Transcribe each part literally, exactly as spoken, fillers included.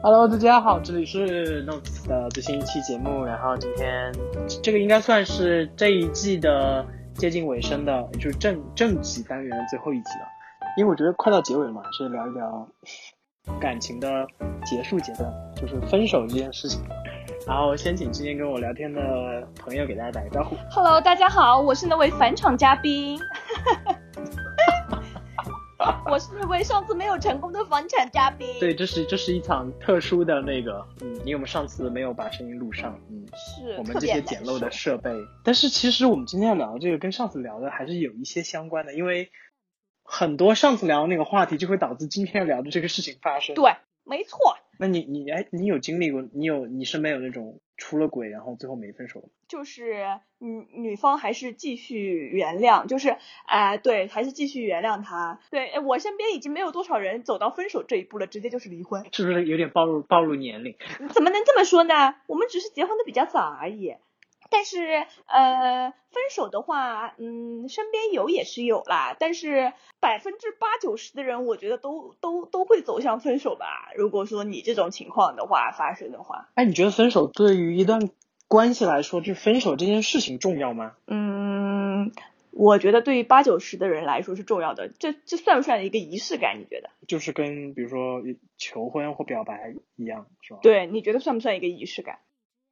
Hello， 大家好，这里是 Notes 的最新一期节目。然后今天这个应该算是这一季的接近尾声的，也就是正正集单元的最后一集了。因为我觉得快到结尾了嘛，还是聊一聊感情的结束阶段，就是分手这件事情。然后先请今天跟我聊天的朋友给大家打个招呼。 Hello， 大家好，我是那位返场嘉宾。我是那位上次没有成功的返场嘉宾。 对，这是这是一场特殊的那个，嗯，因为我们上次没有把声音录上，嗯， 是我们这些简陋的设备。但是其实我们今天要聊的这个跟上次聊的还是有一些相关的，因为很多上次聊的那个话题就会导致今天要聊的这个事情发生。 对，没错。 那你你哎，你有经历过？你有你身边有那种出了轨然后最后没分手的？ 就是女女方还是继续原谅，就是哎、呃，对，还是继续原谅他。对，我身边已经没有多少人走到分手这一步了，直接就是离婚。 是不是有点暴露暴露年龄？ 怎么能这么说呢？我们只是结婚的比较早而已。但是呃，分手的话，嗯，身边有也是有啦，但是百分之八九十的人，我觉得都都都会走向分手吧。如果说你这种情况的话发生的话， 哎，你觉得分手对于一段关系来说，就分手这件事情重要吗？ 嗯，我觉得对于八九十的人来说是重要的。这这算不算一个仪式感？你觉得？ 就是跟比如说求婚或表白一样，是吧？ 对，你觉得算不算一个仪式感？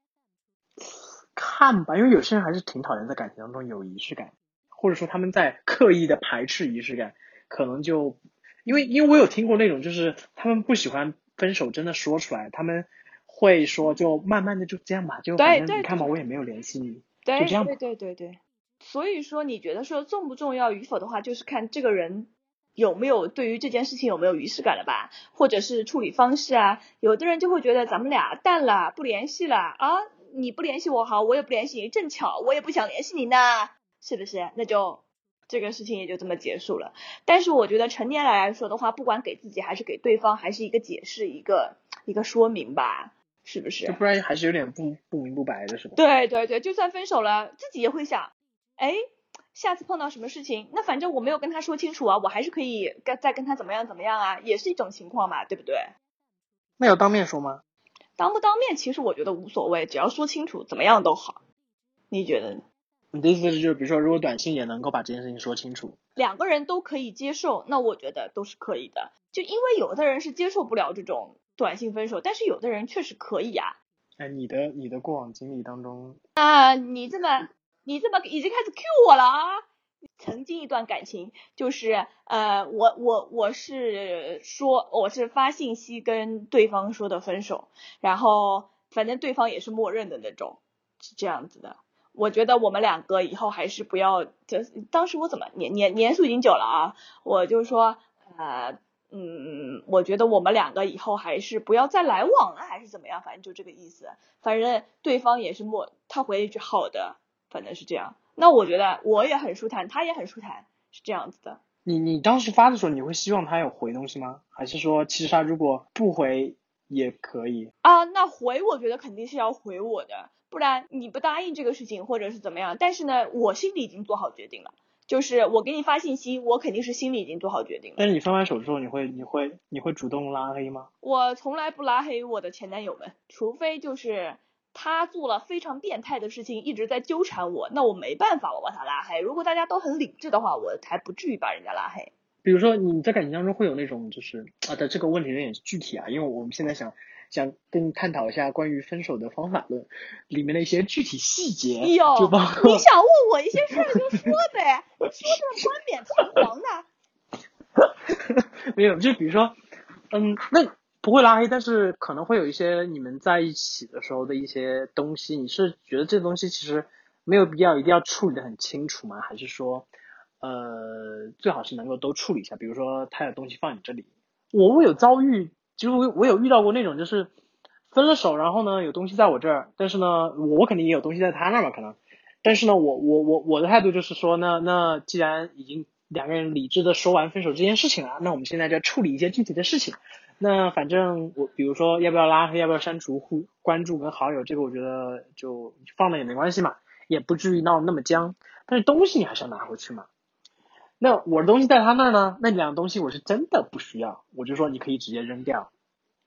看吧，因为有些人还是挺讨厌在感情当中有仪式感，或者说他们在刻意的排斥仪式感，可能就因为因为我有听过那种就是他们不喜欢分手真的说出来，他们会说就慢慢的就这样吧，就反正你看吧，我也没有联系你，就这样吧。 对对对对。所以说你觉得说重不重要与否的话，就是看这个人有没有对于这件事情有没有仪式感了吧，或者是处理方式啊。有的人就会觉得咱们俩淡了，不联系了啊，你不联系我好，我也不联系你，正巧我也不想联系你呢，是不是？那就这个事情也就这么结束了。但是我觉得成年人来说的话，不管给自己还是给对方，还是一个解释，一个一个说明吧，是不是？ 就不然还是有点不不明不白的，是吧？ 对对对，就算分手了，自己也会想，哎，下次碰到什么事情，那反正我没有跟他说清楚啊，我还是可以跟再跟他怎么样怎么样啊，也是一种情况嘛，对不对？ 那要当面说吗？ 当不当面其实我觉得无所谓，只要说清楚怎么样都好。你觉得呢？ 你的意思是就是比如说如果短信也能够把这件事情说清楚， 两个人都可以接受，那我觉得都是可以的。就因为有的人是接受不了这种短信分手，但是有的人确实可以啊。 哎，你的你的过往经历当中啊，你这么你这么已经开始 cue 我了啊！曾经一段感情就是呃我我我是说我是发信息跟对方说的分手，然后反正对方也是默认的那种，是这样子的。我觉得我们两个以后还是不要，就当时我怎么年年年数已经久了啊，我就说呃嗯，我觉得我们两个以后还是不要再来往了，还是怎么样，反正就这个意思。反正对方也是默，他回了一句好的，反正是这样。那我觉得我也很舒坦，他也很舒坦，是这样子的。 你你当时发的时候，你会希望他有回东西吗？还是说其实他如果不回也可以啊？那回我觉得肯定是要回我的，不然你不答应这个事情或者是怎么样。但是呢，我心里已经做好决定了，就是我给你发信息，我肯定是心里已经做好决定了。 但是你分完手之后，你会你会你会主动拉黑吗？ 我从来不拉黑我的前男友们，除非就是他做了非常变态的事情，一直在纠缠我，那我没办法，我把他拉黑。如果大家都很理智的话，我才不至于把人家拉黑。 比如说你在感情当中会有那种就是啊的这个问题有点具体啊，因为我们现在想想跟你探讨一下关于分手的方法论里面的一些具体细节，就包括你想问我一些事儿就说呗，你说这冠冕堂皇的。 没有，就比如说嗯那不会拉黑，但是可能会有一些你们在一起的时候的一些东西，你是觉得这东西其实没有必要一定要处理得很清楚吗？还是说呃最好是能够都处理一下？比如说他有东西放你这里，我会有遭遇，其实我我有遇到过那种就是分了手，然后呢有东西在我这儿，但是呢我肯定也有东西在他那儿嘛，可能，但是呢我我我我的态度就是说，那那既然已经两个人理智的说完分手这件事情了，那我们现在就要处理一些具体的事情。那反正我比如说要不要拉黑，要不要删除互关注跟好友，这个我觉得就放了也没关系嘛，也不至于闹那么僵。但是东西你还是要拿回去嘛。那我的东西在他那儿呢，那两样东西我是真的不需要，我就说你可以直接扔掉。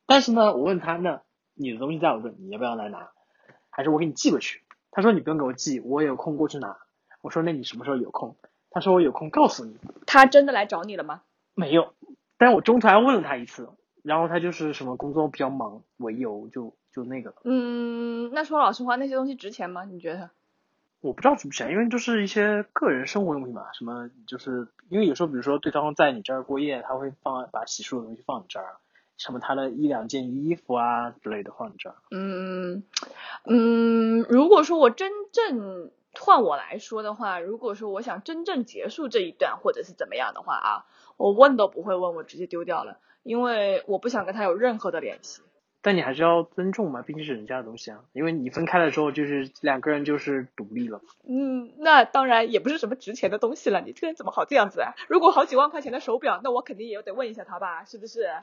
但是呢，我问他，那你的东西在我这，你要不要来拿？还是我给你寄过去？他说你不用给我寄，我有空过去拿。我说那你什么时候有空？他说我有空告诉你。 他真的来找你了吗？ 没有，但是我中途还问了他一次，然后他就是什么工作比较忙为由就就那个。 嗯，那说老实话，那些东西值钱吗？你觉得？ 我不知道值不值钱，因为就是一些个人生活用品嘛，什么就是因为有时候比如说对方在你这儿过夜，他会放把洗漱的东西放你这儿，什么他的一两件衣服啊之类的放你这儿。 嗯嗯，如果说我真正换我来说的话，如果说我想真正结束这一段或者是怎么样的话啊，我问都不会问，我直接丢掉了，因为我不想跟他有任何的联系。 但你还是要尊重嘛，毕竟是人家的东西啊。因为你分开的时候，就是两个人就是独立了。 嗯，那当然也不是什么值钱的东西了，你这个人怎么好这样子啊？如果好几万块钱的手表，那我肯定也得问一下他吧，是不是？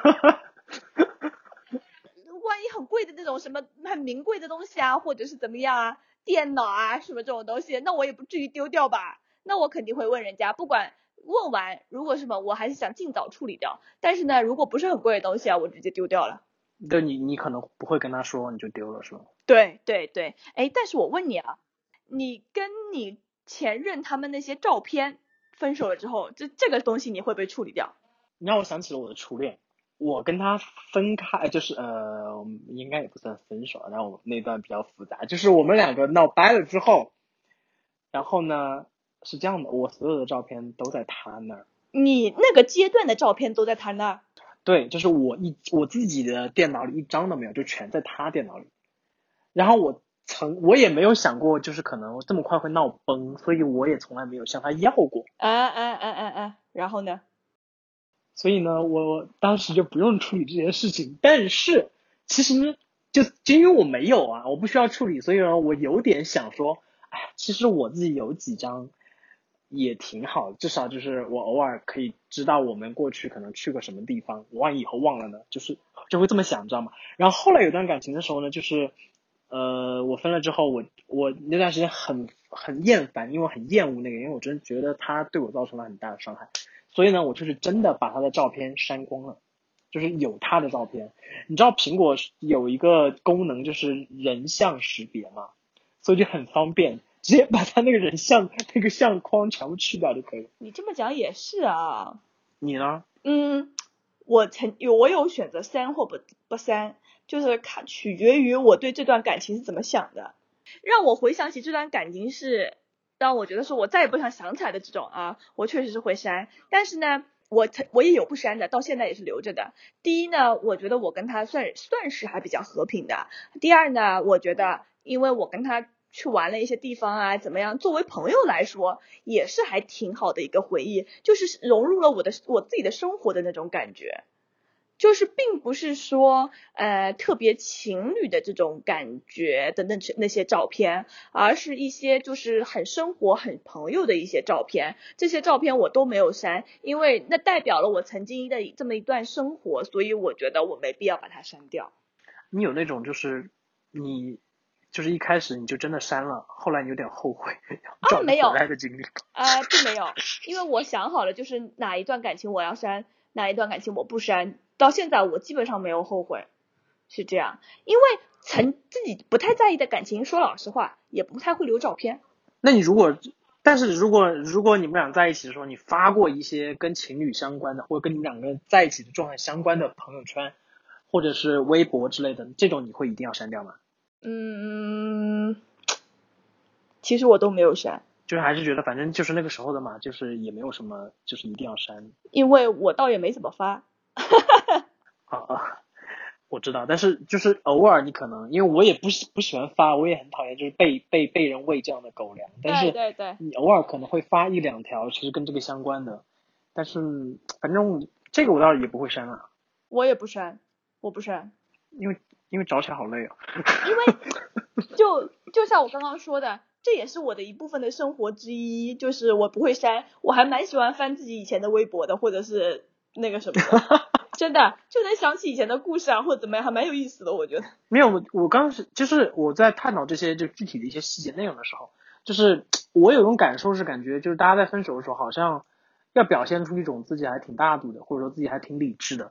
万一很贵的那种什么很名贵的东西啊，或者是怎么样啊，电脑啊什么这种东西，那我也不至于丢掉吧？那我肯定会问人家，不管问完，如果什么我还是想尽早处理掉。但是呢，如果不是很贵的东西啊，我直接丢掉了。 对，你你可能不会跟他说，你就丢了是吗？ 对对对，哎，但是我问你啊，你跟你前任他们那些照片分手了之后，这这个东西你会不会处理掉？ 你让我想起了我的初恋，我跟他分开，就是呃，应该也不算分手，然后我那段比较复杂，就是我们两个闹掰了之后，然后呢是这样的，我所有的照片都在他那儿。 你那个阶段的照片都在他那儿？ 对，就是我一我自己的电脑里一张都没有，就全在他电脑里。然后我曾我也没有想过，就是可能这么快会闹崩，所以我也从来没有向他要过。 啊啊啊啊啊！然后呢？ 所以呢，我当时就不用处理这件事情。但是其实就就因为我没有啊，我不需要处理，所以呢，我有点想说，哎，其实我自己有几张也挺好，至少就是我偶尔可以知道我们过去可能去过什么地方，我万一以后忘了呢，就是就会这么想，知道吗？然后后来有段感情的时候呢，就是呃，我分了之后，我我那段时间很很厌烦，因为我很厌恶那个，因为我真的觉得他对我造成了很大的伤害。所以呢，我就是真的把他的照片删光了，就是有他的照片。你知道苹果有一个功能就是人像识别嘛，所以就很方便，直接把他那个人像那个相框全部去掉就可以了。 你这么讲也是啊。 你呢？ 嗯，我曾有我有选择删或不不删，就是看取决于我对这段感情是怎么想的。让我回想起这段感情是让我觉得说我再也不想想起来的这种啊，我确实是会删。但是呢，我我也有不删的，到现在也是留着的。第一呢，我觉得我跟他算算是还比较和平的。第二呢，我觉得因为我跟他去玩了一些地方啊，怎么样？作为朋友来说，也是还挺好的一个回忆，就是融入了我的我自己的生活的那种感觉。就是并不是说呃特别情侣的这种感觉的那那些照片，而是一些就是很生活很朋友的一些照片。这些照片我都没有删，因为那代表了我曾经的这么一段生活，所以我觉得我没必要把它删掉。 你有那种就是你就是一开始你就真的删了，后来你有点后悔啊， 找回没有， 来的经历？ 呃，并没有，因为我想好了，就是哪一段感情我要删，哪一段感情我不删。到现在我基本上没有后悔，是这样。因为曾自己不太在意的感情，说老实话，也不太会留照片。 那你如果，但是如果如果你们俩在一起的时候，你发过一些跟情侣相关的，或者跟你们两个人在一起的状态相关的朋友圈，或者是微博之类的，这种你会一定要删掉吗？ 嗯，其实我都没有删， 就是还是觉得反正就是那个时候的嘛，就是也没有什么，就是一定要删。 因为我倒也没怎么发。 啊啊，我知道，但是就是偶尔你可能，因为我也不喜不喜欢发，我也很讨厌就是被被被人喂这样的狗粮，但对是对对， 你偶尔可能会发一两条，其实跟这个相关的，但是反正这个我倒是也不会删了， 我也不删，我不删。 因为因为找起来好累啊。 因为就就像我刚刚说的，这也是我的一部分的生活之一，就是我不会删，我还蛮喜欢翻自己以前的微博的，或者是那个什么的，真的就能想起以前的故事啊，或者怎么样，还蛮有意思的，我觉得。 没有，我我刚是就是我在探讨这些就具体的一些细节内容的时候，就是我有种感受是感觉就是大家在分手的时候好像要表现出一种自己还挺大度的，或者说自己还挺理智的，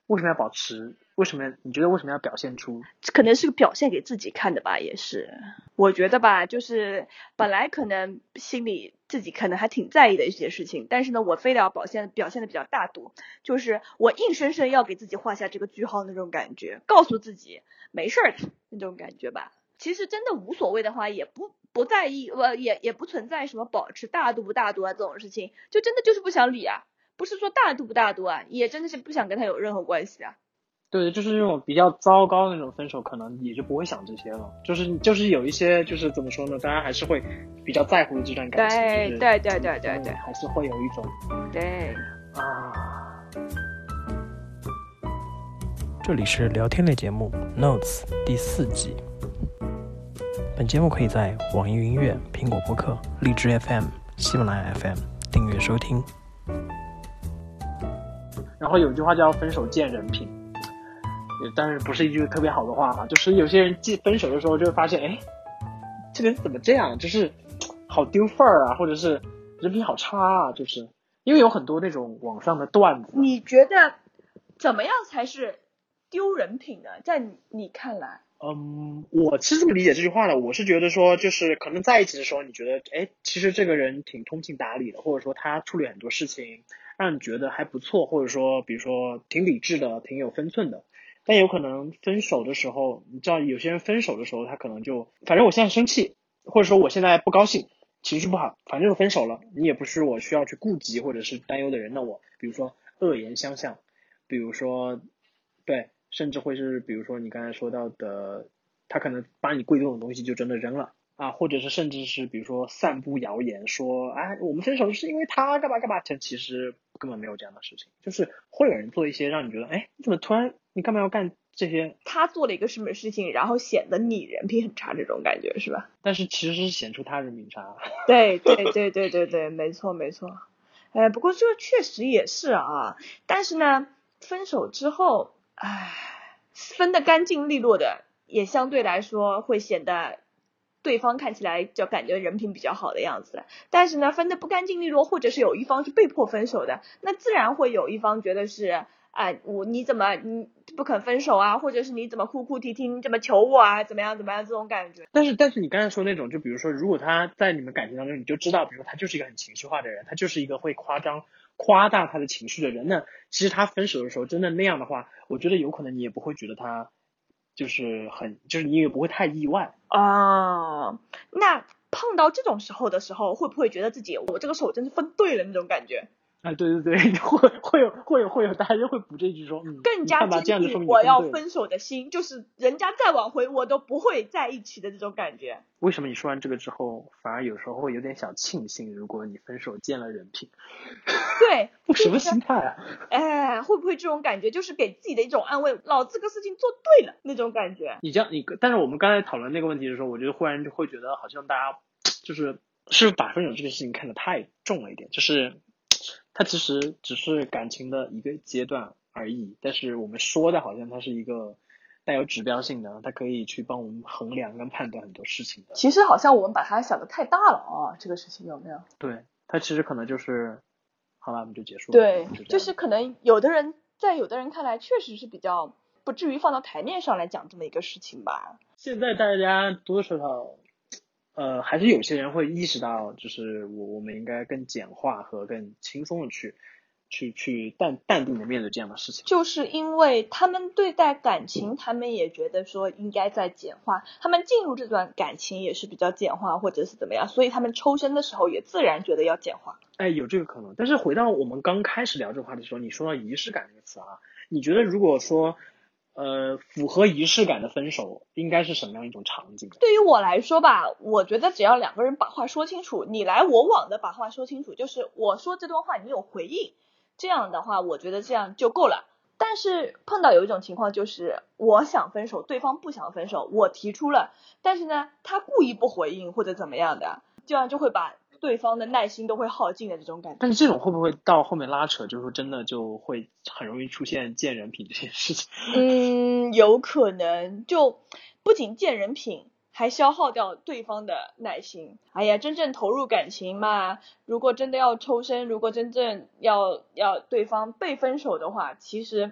为什么要保持？为什么你觉得为什么要表现出？ 可能是个表现给自己看的吧，也是。我觉得吧，就是本来可能心里自己可能还挺在意的一些事情，但是呢，我非得要表现表现的比较大度，就是我硬生生要给自己画下这个句号那种感觉，告诉自己没事的那种感觉吧。其实真的无所谓的话，也不不在意，呃，也也不存在什么保持大度不大度啊这种事情，就真的就是不想理啊，不是说大度不大度啊，也真的是不想跟他有任何关系啊。 对，就是那种比较糟糕的那种分手，可能也就不会想这些了。就是就是有一些就是怎么说呢，大家还是会比较在乎这段感情， 对就是对对对对对， 还是会有一种对啊。 这里是聊天类节目 Notes 第四季。本节目可以在网易云音乐、苹果播客、荔枝 F M、喜马拉雅 F M 订阅收听。 然后有一句话叫分手见人品，但是不是一句特别好的话哈，就是有些人记分手的时候就会发现，哎，这个人怎么这样，就是好丢份儿啊，或者是人品好差啊，就是因为有很多那种网上的段子。 你觉得怎么样才是丢人品呢？在你你看来？ 嗯，我是这么理解这句话的，我是觉得说，就是可能在一起的时候，你觉得，哎，其实这个人挺通情达理的，或者说他处理很多事情让你觉得还不错，或者说比如说挺理智的，挺有分寸的。但有可能分手的时候，你知道有些人分手的时候，他可能就，反正我现在生气，或者说我现在不高兴，情绪不好，反正就分手了，你也不是我需要去顾及或者是担忧的人，那我比如说恶言相向，比如说对。甚至会是比如说你刚才说到的，他可能把你贵重的东西就真的扔了啊，或者是甚至是比如说散布谣言说，哎，我们分手是因为他干嘛干嘛，但其实根本没有这样的事情，就是会有人做一些让你觉得，哎，你怎么突然你干嘛要干这些？ 他做了一个什么事情，然后显得你人品很差，这种感觉是吧？ 但是其实是显出他人品差。 对对对对对对，没错没错。哎，不过这确实也是啊，但是呢，分手之后，哎，分得干净利落的，也相对来说会显得对方看起来就感觉人品比较好的样子。但是呢，分得不干净利落，或者是有一方是被迫分手的，那自然会有一方觉得是，哎，我你怎么你不肯分手啊？或者是你怎么哭哭啼啼，你怎么求我啊？怎么样怎么样这种感觉。 但是但是你刚才说那种，就比如说，如果他在你们感情当中，你就知道，比如说他就是一个很情绪化的人，他就是一个会夸张夸大他的情绪的人，那其实他分手的时候真的那样的话，我觉得有可能你也不会觉得他就是很，就是你也不会太意外啊。那碰到这种时候的时候，会不会觉得自己我这个手真是分对了那种感觉？ 啊，对对对，会会有会有会有，大家就会补这句说，嗯， 更加坚定我要分手的心，就是人家再挽回我都不会在一起的这种感觉。 为什么你说完这个之后，反而有时候会有点小庆幸，如果你分手见了人品？ 对， 什么心态啊？ 哎，会不会这种感觉就是给自己的一种安慰？老子这个事情做对了那种感觉。 你这样，你但是我们刚才讨论那个问题的时候，我觉得忽然就会觉得好像大家就是是把分手这个事情看得太重了一点，就是它其实只是感情的一个阶段而已，但是我们说的好像它是一个带有指标性的，它可以去帮我们衡量跟判断很多事情的。 其实好像我们把它想得太大了啊，这个事情有没有？ 对，它其实可能就是好了，我们就结束了。 对，就, 就是可能有的人在有的人看来确实是比较不至于放到台面上来讲这么一个事情吧。 现在大家多多少少呃，还是有些人会意识到，就是我我们应该更简化和更轻松的去去去淡淡定的面对这样的事情。 就是因为他们对待感情，他们也觉得说应该在简化，他们进入这段感情也是比较简化或者是怎么样，所以他们抽身的时候也自然觉得要简化。 哎，有这个可能。但是回到我们刚开始聊这个话题的时候，你说到仪式感这个词啊，你觉得如果说呃，符合仪式感的分手应该是什么样一种场景？ 对于我来说吧，我觉得只要两个人把话说清楚，你来我往的把话说清楚，就是我说这段话你有回应，这样的话我觉得这样就够了。但是碰到有一种情况，就是我想分手，对方不想分手，我提出了，但是呢他故意不回应或者怎么样的，这样就会把对方的耐心都会耗尽的这种感觉。 但是这种会不会到后面拉扯，就是说真的就会很容易出现见人品这件事情？ 嗯，有可能，就不仅见人品，还消耗掉对方的耐心。哎呀，真正投入感情嘛，如果真的要抽身，如果真正要要对方被分手的话，其实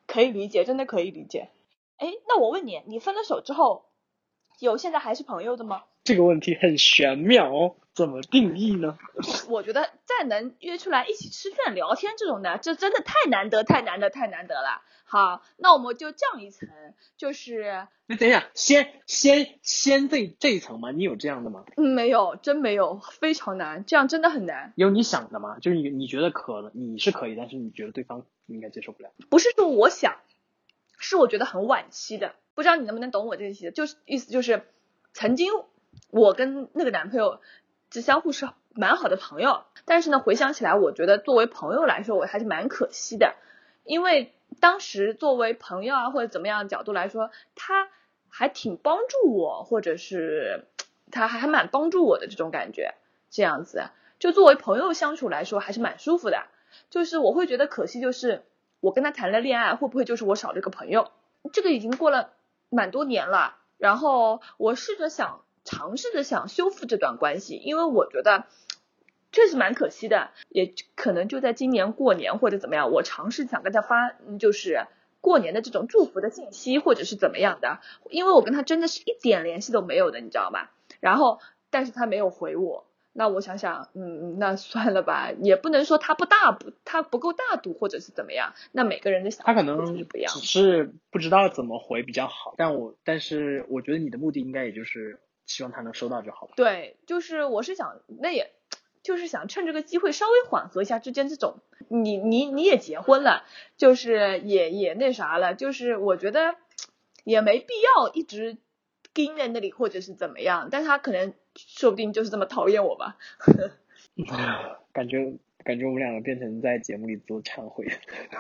可以理解，真的可以理解。哎，那我问你，你分了手之后，有现在还是朋友的吗？ 这个问题很玄妙哦，怎么定义呢？ 我觉得再能约出来一起吃饭聊天这种的，这真的太难得太难得太难得了。好，那我们就降一层，就是那等一下，先先先这这一层吗？你有这样的吗？ 嗯，没有，真没有，非常难，这样真的很难。 有你想的吗？就是你你觉得可能你是可以，但是你觉得对方应该接受不了。 不是说我想，是我觉得很惋惜的，不知道你能不能懂我这个意思，就是意思就是曾经我跟那个男朋友只相互是蛮好的朋友，但是呢回想起来，我觉得作为朋友来说我还是蛮可惜的，因为当时作为朋友啊或者怎么样的角度来说，他还挺帮助我，或者是他还蛮帮助我的这种感觉，这样子就作为朋友相处来说还是蛮舒服的。就是我会觉得可惜，就是我跟他谈了恋爱，会不会就是我少了一个朋友？这个已经过了蛮多年了，然后我试着想尝试着想修复这段关系，因为我觉得确实蛮可惜的，也可能就在今年过年或者怎么样，我尝试想跟他发就是过年的这种祝福的信息或者是怎么样的，因为我跟他真的是一点联系都没有的，你知道吗？然后但是他没有回我，那我想想，嗯，那算了吧，也不能说他不大不他不够大度或者是怎么样，那每个人的想法他可能是不一样， 只是不知道怎么回比较好，但我但是我觉得你的目的应该也就是希望他能收到就好了。 对，就是我是想，那也就是想趁这个机会稍微缓和一下之间这种，你你你也结婚了，就是也也那啥了，就是我觉得也没必要一直盯在那里或者是怎么样，但他可能说不定就是这么讨厌我吧。 感觉感觉我们两个变成在节目里做忏悔。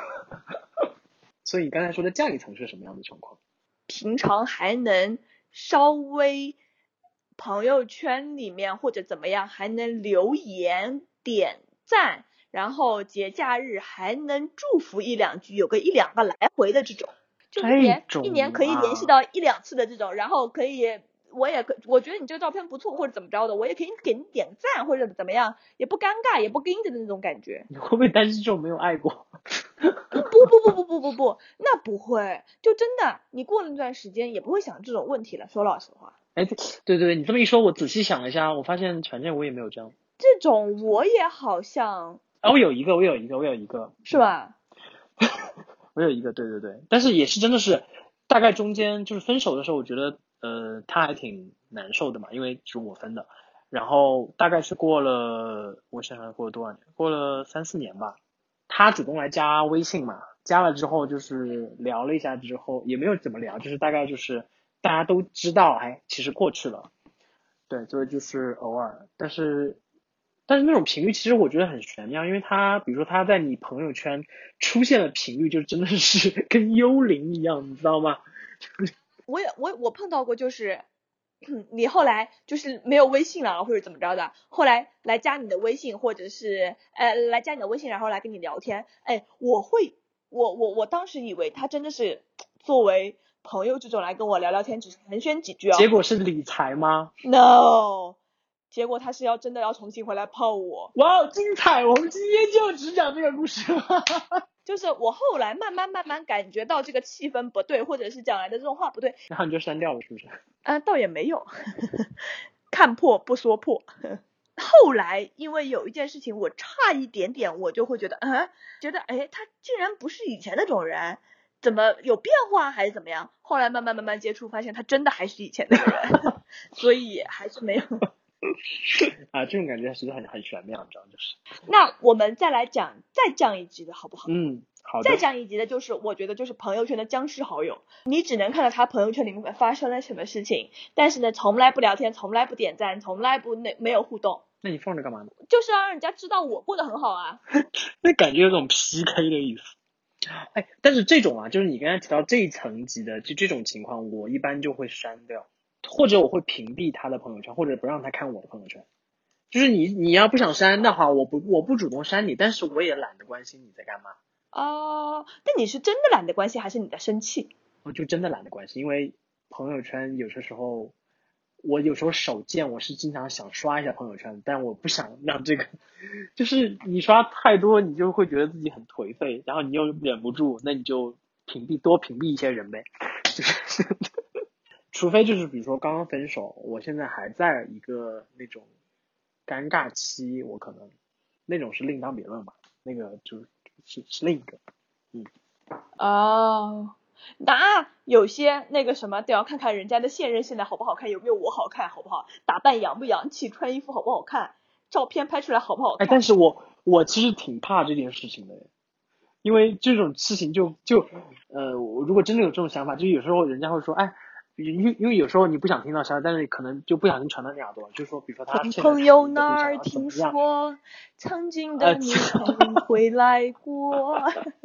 所以你刚才说的降一层是什么样的情况？ 平常还能稍微朋友圈里面或者怎么样还能留言点赞，然后节假日还能祝福一两句，有个一两个来回的这种，就一年这种啊一年可以联系到一两次的这种，然后可以我也可我觉得你这个照片不错或者怎么着的，我也可以给你点赞或者怎么样，也不尴尬也不盯着的那种感觉。 你会不会担心这种没有爱过？ 不不不不不不不，那不会，就真的你过了那段时间也不会想这种问题了，说老实话。 哎，对对对，你这么一说，我仔细想了一下，我发现反正我也没有这样。 这种我也好像啊，我有一个，我有一个，我有一个， 是吧？ 我有一个，对对对，但是也是真的是，大概中间就是分手的时候，我觉得呃他还挺难受的嘛，因为是我分的，然后大概是过了，我想想过了多少年，过了三四年吧，他主动来加微信嘛，加了之后就是聊了一下之后，也没有怎么聊，就是大概就是大家都知道，哎，其实过去了，对，所以就是偶尔，但是。但是那种频率其实我觉得很玄妙，因为他比如说他在你朋友圈出现的频率就真的是跟幽灵一样，你知道吗？ 我也我我碰到过，就是你后来就是没有微信了或者怎么着的，后来来加你的微信或者是呃来加你的微信，然后来跟你聊天，哎，我会我我我当时以为他真的是作为朋友这种来跟我聊聊天，只是寒暄几句啊。 结果是理财吗 ？No。结果他是要真的要重新回来泡我， 哇，精彩！我们今天就只讲这个故事了。 就是我后来慢慢慢慢感觉到这个气氛不对，或者是讲来的这种话不对， 然后你就删掉了，是不是？ 啊，倒也没有，看破不说破。后来因为有一件事情，我差一点点，我就会觉得，嗯，觉得哎，他竟然不是以前那种人，怎么有变化还是怎么样？后来慢慢慢慢接触，发现他真的还是以前那个人，所以还是没有。 啊，这种感觉其实很很玄妙，你知道就是。 那我们再来讲，再降一级的好不好？ 嗯，好的。 再降一级的就是我觉得就是朋友圈的僵尸好友，你只能看到他朋友圈里面发生了什么事情，但是呢从来不聊天，从来不点赞，从来不那没有互动。 那你放着干嘛呢？ 就是让人家知道我过得很好啊。 那感觉有种 P K 的意思。哎，但是这种啊，就是你刚才提到这一层级的，就这种情况，我一般就会删掉。或者我会屏蔽他的朋友圈，或者不让他看我的朋友圈。就是你你要不想删的话，我不我不主动删你，但是我也懒得关心你在干嘛。 哦，那你是真的懒得关心，还是你在生气？ 我就真的懒得关心，因为朋友圈有些时候，我有时候手贱，我是经常想刷一下朋友圈，但我不想让这个，就是你刷太多，你就会觉得自己很颓废，然后你又忍不住，那你就屏蔽多屏蔽一些人呗，就是除非就是比如说刚刚分手，我现在还在一个那种尴尬期，我可能那种是另当别论吧，那个就是是另一个，嗯。 哦，那有些那个什么都要看看人家的现任现在好不好看，有没有我好看，好不好？打扮洋不洋气，穿衣服好不好看，照片拍出来好不好看？ 哎，但是我我其实挺怕这件事情的，因为这种事情就就呃，我如果真的有这种想法，就有时候人家会说，哎，因为因为有时候你不想听到消息，但是可能就不小心传到你耳朵，就是说，比如说他从现在朋友那是一个对象儿听然后说，曾经的呃你曾回来过。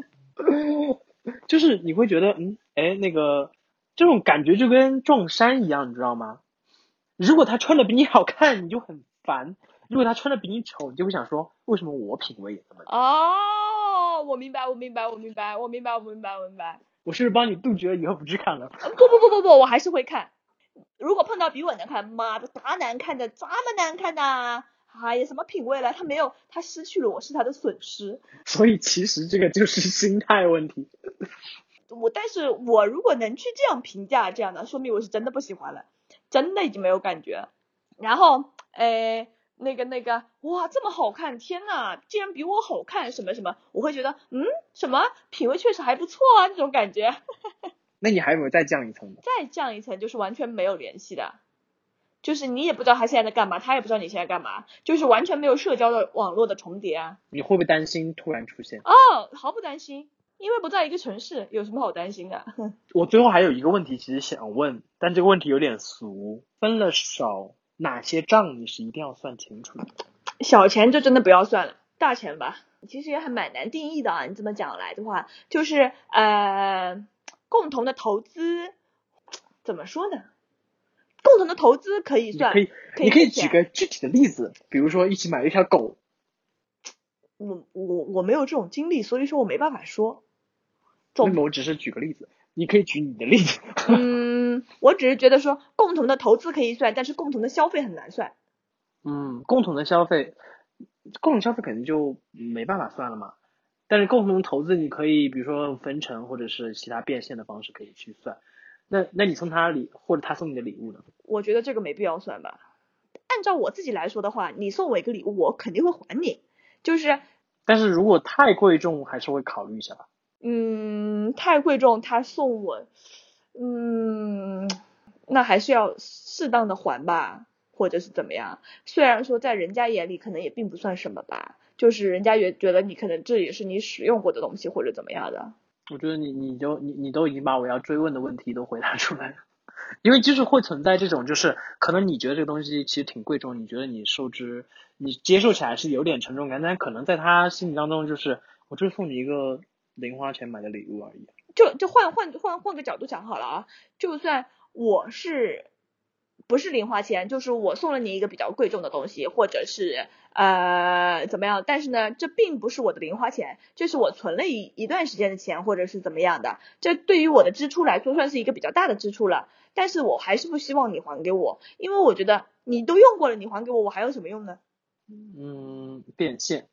就是你会觉得，嗯，哎，那个这种感觉就跟撞衫一样，你知道吗？如果他穿的比你好看，你就很烦；如果他穿的比你丑，你就会想说，为什么我品味也这么低？ 哦，我明白，我明白，我明白，我明白，我明白，我明白。 我是不是帮你杜绝以后不去看了？ 不不不不不，我还是会看。如果碰到比我难看，妈的，大难看的，这么难看的，哎呀，什么品味了？他没有，他失去了，我是他的损失。 所以其实这个就是心态问题。 我，但是我如果能去这样评价这样的，说明我是真的不喜欢了，真的已经没有感觉。然后，诶。那个那个，哇，这么好看，天哪，竟然比我好看，什么什么，我会觉得，嗯，什么品味确实还不错啊，这种感觉。 那你还有没有再降一层的？ 再降一层就是完全没有联系的，就是你也不知道他现在在干嘛，他也不知道你现在干嘛，就是完全没有社交的网络的重叠啊。 你会不会担心突然出现？ 哦，毫不担心，因为不在一个城市，有什么好担心的？ 我最后还有一个问题，其实想问，但这个问题有点俗，分了手。哪些账你是一定要算清楚的？ 小钱就真的不要算了，大钱吧，其实也还蛮难定义的啊。你这么讲来的话，就是呃，共同的投资怎么说呢？共同的投资可以算， 你可以， 可以你可以举个具体的例子，比如说一起买了一条狗。 我我我没有这种经历，所以说我没办法说。 那么我只是举个例子，你可以举你的例子。 嗯，我只是觉得说共同的投资可以算，但是共同的消费很难算。 嗯，共同的消费，共同消费肯定就没办法算了嘛。但是共同的投资你可以，比如说分成或者是其他变现的方式可以去算。那那你送他礼或者他送你的礼物呢？ 我觉得这个没必要算吧。按照我自己来说的话，你送我一个礼物，我肯定会还你。就是， 但是如果太贵重，还是会考虑一下吧。 嗯，太贵重，他送我，嗯，那还是要适当的还吧，或者是怎么样？虽然说在人家眼里可能也并不算什么吧，就是人家也觉得你可能这也是你使用过的东西或者怎么样的。 我觉得你你就你你都已经把我要追问的问题都回答出来了，因为就是会存在这种，就是可能你觉得这个东西其实挺贵重，你觉得你受之你接受起来是有点沉重感，但可能在他心里当中就是我就是送你一个零花钱买的礼物而已。 就就换换换换个角度想好了啊，就算我是不是零花钱，就是我送了你一个比较贵重的东西，或者是呃怎么样，但是呢，这并不是我的零花钱，这是我存了一一段时间的钱，或者是怎么样的，这对于我的支出来说算是一个比较大的支出了，但是我还是不希望你还给我，因为我觉得你都用过了，你还给我，我还有什么用呢？ 嗯，变现。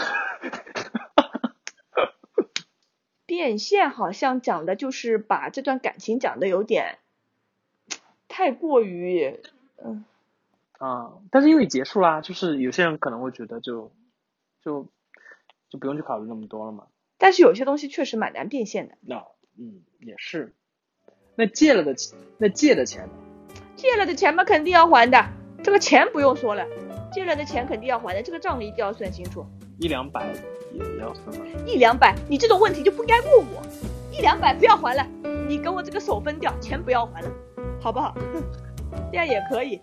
变现好像讲的就是把这段感情讲的有点太过于嗯啊，但是因为结束啦，就是有些人可能会觉得就就就不用去考虑那么多了嘛。 但是有些东西确实蛮难变现的。 那、no, 嗯也是。那借了的那借的钱， 借了的钱嘛肯定要还的，这个钱不用说了，借了的钱肯定要还的，这个账一定要算清楚。 一两百也要算吗？ 一两百，你这种问题就不该问我。一两百不要还了，你跟我这个手分掉，钱不要还了，好不好？这样也可以。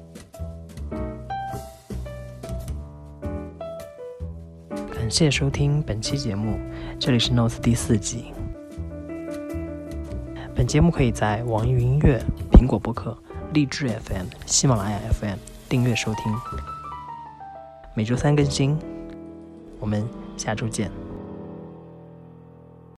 感谢收听本期节目，这里是 Notes 第四集。本节目可以在网易云音乐、苹果播客、荔枝 F M、喜马拉雅 F M 订阅收听，每周三更新。我们下周见。